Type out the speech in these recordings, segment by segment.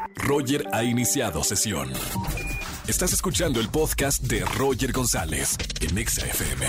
Roger ha iniciado sesión. Estás escuchando el podcast de Roger González en Exa FM.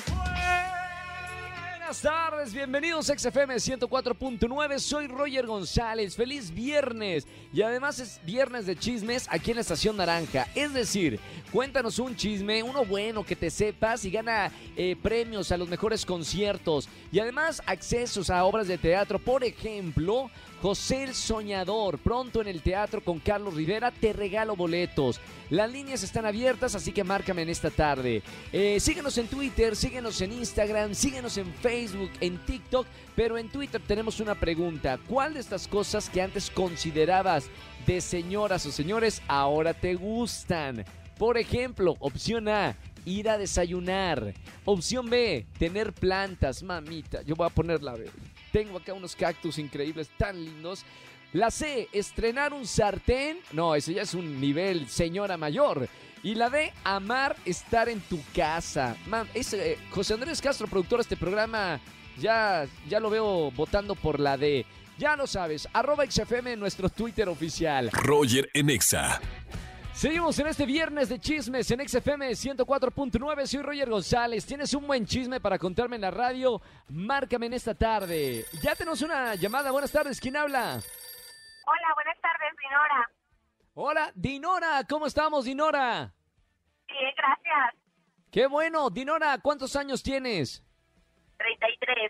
Buenas tardes, bienvenidos a XFM 104.9, soy Roger González, feliz viernes y además es viernes de chismes aquí en la Estación Naranja, es decir, cuéntanos un chisme, uno bueno que te sepas y gana premios a los mejores conciertos y además accesos a obras de teatro, por ejemplo, José el Soñador, pronto en el teatro con Carlos Rivera, te regalo boletos. Las líneas están abiertas, así que márcame en esta tarde. Síguenos en Twitter, síguenos en Instagram, síguenos en Facebook, en TikTok, pero en Twitter tenemos una pregunta. ¿Cuál de estas cosas que antes considerabas de señoras o señores ahora te gustan? Por ejemplo, opción A, ir a desayunar. Opción B, tener plantas. Mamita, yo voy a poner la B. Tengo acá unos cactus increíbles, tan lindos. La C, estrenar un sartén. No, eso ya es un nivel señora mayor. Y la D, amar estar en tu casa. José Andrés Castro, productor de este programa, ya lo veo votando por la D. Ya lo sabes, @XFM en nuestro Twitter oficial. Roger en Exa. Seguimos en este viernes de chismes en XFM 104.9, soy Roger González. ¿Tienes un buen chisme para contarme en la radio? Márcame en esta tarde. Ya tenemos una llamada, buenas tardes, ¿quién habla? Hola, buenas tardes, Dinora. Hola, Dinora, ¿cómo estamos, Dinora? Bien, gracias. Qué bueno, Dinora, ¿cuántos años tienes? 33.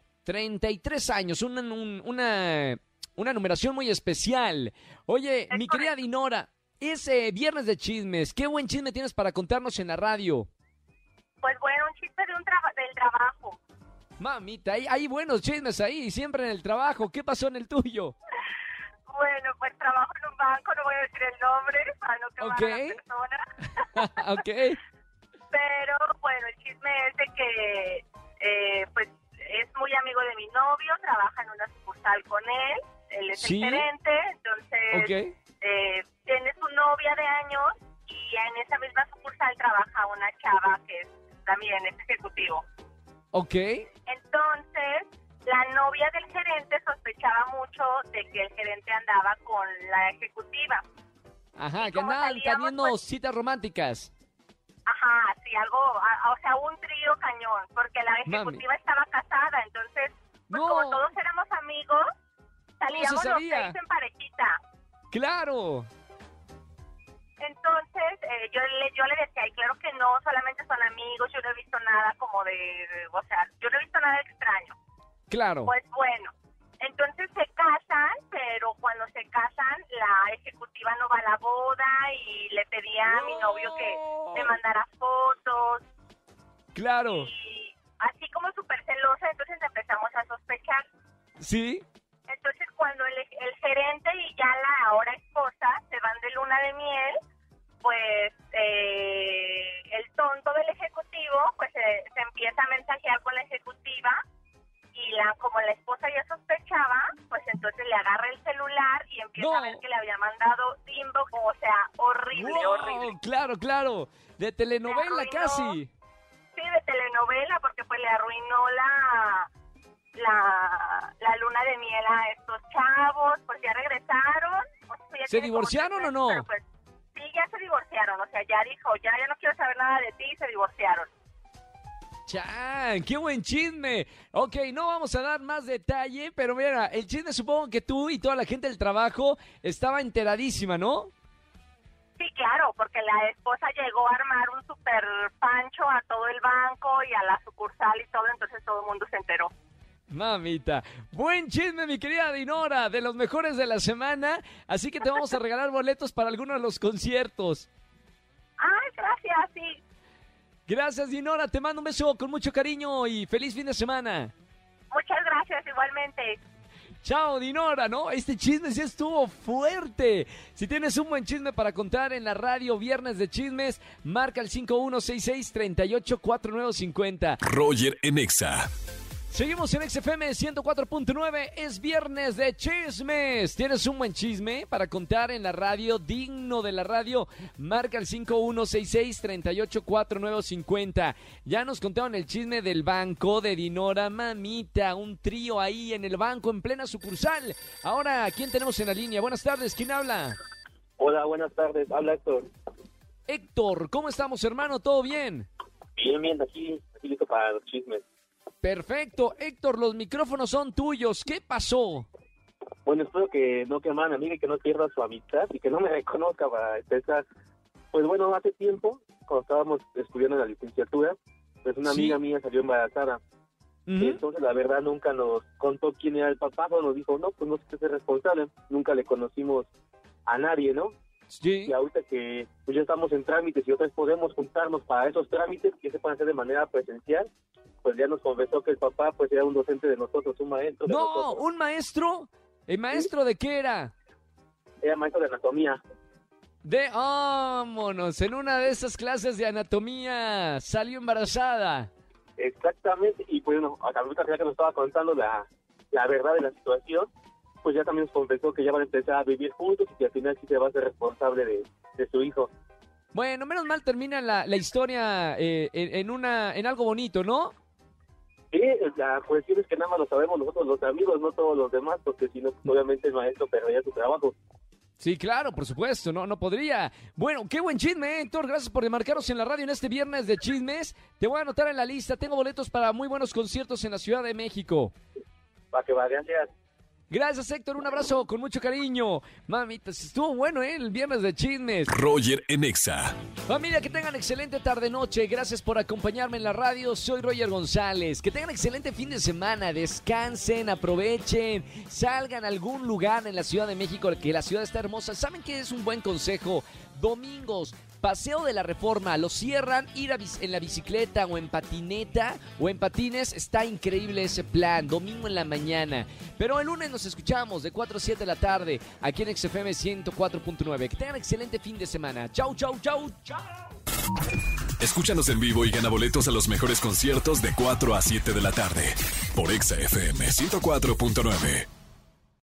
33 años, una numeración muy especial. Oye, mi querida Dinora, es viernes de chismes. ¿Qué buen chisme tienes para contarnos en la radio? Pues bueno, un chisme de del trabajo. Mamita, hay buenos chismes ahí, siempre en el trabajo. ¿Qué pasó en el tuyo? Bueno, pues trabajo en un banco, no voy a decir el nombre para no quemar a la persona. Ok. Pero bueno, el chisme es de que pues es muy amigo de mi novio, trabaja en una sucursal con él es el gerente, entonces tiene su novia de años y en esa misma sucursal trabaja una chava que también es ejecutivo. Ok. Entonces, la novia del gerente sospechaba mucho de que el gerente andaba con la ejecutiva. Ajá, que andaban teniendo pues, citas románticas. Ajá, sí, algo, o sea, un trío cañón, porque la ejecutiva estaba casada, entonces, pues como todos éramos amigos, salíamos los 6 en parejita. ¡Claro! Entonces, yo le decía, y claro que no, solamente son amigos, yo no he visto nada como o sea, yo no he visto nada extraño. Claro. Pues bueno, entonces se casan, pero cuando se casan, la ejecutiva no va a la boda y le pedía a mi novio que me mandara fotos. Claro. Y así como súper celosa, entonces empezamos a sospechar. ¿Sí? Entonces cuando el gerente y ya la ahora esposa se van de luna de miel, pues el tonto del ejecutivo pues se empieza a mensajear con la ejecutiva y como la esposa ya sospechaba, pues entonces le agarra el celular y empieza a ver que le había mandado inbox, o sea, horrible, horrible. Claro, de telenovela casi. Sí, de telenovela, porque pues le arruinó la luna de miel a estos chavos, pues ya regresaron. ¿Se divorciaron o no? Pero pues, sí, ya se divorciaron, o sea, ya dijo, ya no quiero saber nada de ti, y se divorciaron. ¡Chan! ¡Qué buen chisme! Ok, no vamos a dar más detalle, pero mira, el chisme supongo que tú y toda la gente del trabajo estaba enteradísima, ¿no? Sí, claro, porque la esposa llegó a armar un super pancho a todo el banco y a la sucursal y todo, entonces todo el mundo se enteró. Mamita, buen chisme, mi querida Dinora, de los mejores de la semana, así que te vamos a regalar boletos para algunos de los conciertos. Ay, gracias, sí. Gracias, Dinora, te mando un beso con mucho cariño y feliz fin de semana. Muchas gracias, igualmente. Chao, Dinora, ¿no? Este chisme sí estuvo fuerte. Si tienes un buen chisme para contar en la radio Viernes de Chismes, marca el 5166-384950. Roger en Exa. Seguimos en XFM 104.9, es viernes de chismes. ¿Tienes un buen chisme para contar en la radio, digno de la radio? Marca el 5166-384950. Ya nos contaron el chisme del banco de Dinora, mamita, un trío ahí en el banco en plena sucursal. Ahora, ¿quién tenemos en la línea? Buenas tardes, ¿quién habla? Hola, buenas tardes, habla Héctor. Héctor, ¿cómo estamos, hermano? ¿Todo bien? Bien, aquí listo para los chismes. Perfecto, Héctor, los micrófonos son tuyos. ¿Qué pasó? Bueno, espero que no queme a mi amiga y que no pierda su amistad y que no me reconozca para empezar. Pues bueno, hace tiempo, cuando estábamos estudiando en la licenciatura, pues una amiga mía salió embarazada. Entonces, la verdad, nunca nos contó quién era el papá, o nos dijo, no, pues no sé qué es responsable. Nunca le conocimos a nadie, ¿no? Sí. Y ahorita que pues ya estamos en trámites y otra vez podemos juntarnos para esos trámites que se pueden hacer de manera presencial, pues ya nos confesó que el papá pues era un docente de nosotros, un maestro de nosotros. No, ¿un maestro? ¿El maestro de qué era? Era maestro de anatomía. Vámonos, en una de esas clases de anatomía salió embarazada. Exactamente, y pues bueno, ahorita ya que nos estaba contando la verdad de la situación, pues ya también nos confesó que ya van a empezar a vivir juntos y que al final sí se va a ser responsable de su hijo. Bueno, menos mal termina la historia en algo bonito, ¿no? Sí, la cuestión es que nada más lo sabemos nosotros los amigos, no todos los demás, porque si no, obviamente el maestro perdería su trabajo. Sí, claro, por supuesto, no podría. Bueno, qué buen chisme, Héctor, gracias por marcarnos en la radio en este viernes de chismes. Te voy a anotar en la lista, tengo boletos para muy buenos conciertos en la Ciudad de México. Para que vayan. Gracias, Héctor, un abrazo con mucho cariño. Mamita, estuvo bueno, el viernes de chismes. Roger en Exa. Familia, que tengan excelente tarde-noche. Gracias por acompañarme en la radio. Soy Roger González. Que tengan excelente fin de semana. Descansen, aprovechen. Salgan a algún lugar en la Ciudad de México, que la ciudad está hermosa. ¿Saben qué es un buen consejo? Domingos, Paseo de la Reforma, lo cierran, ir en la bicicleta o en patineta o en patines, está increíble ese plan, domingo en la mañana. Pero el lunes nos escuchamos de 4 a 7 de la tarde, aquí en XFM 104.9. Que tengan excelente fin de semana. Chau, chau, chau, chau. Escúchanos en vivo y gana boletos a los mejores conciertos de 4 a 7 de la tarde por XFM 104.9.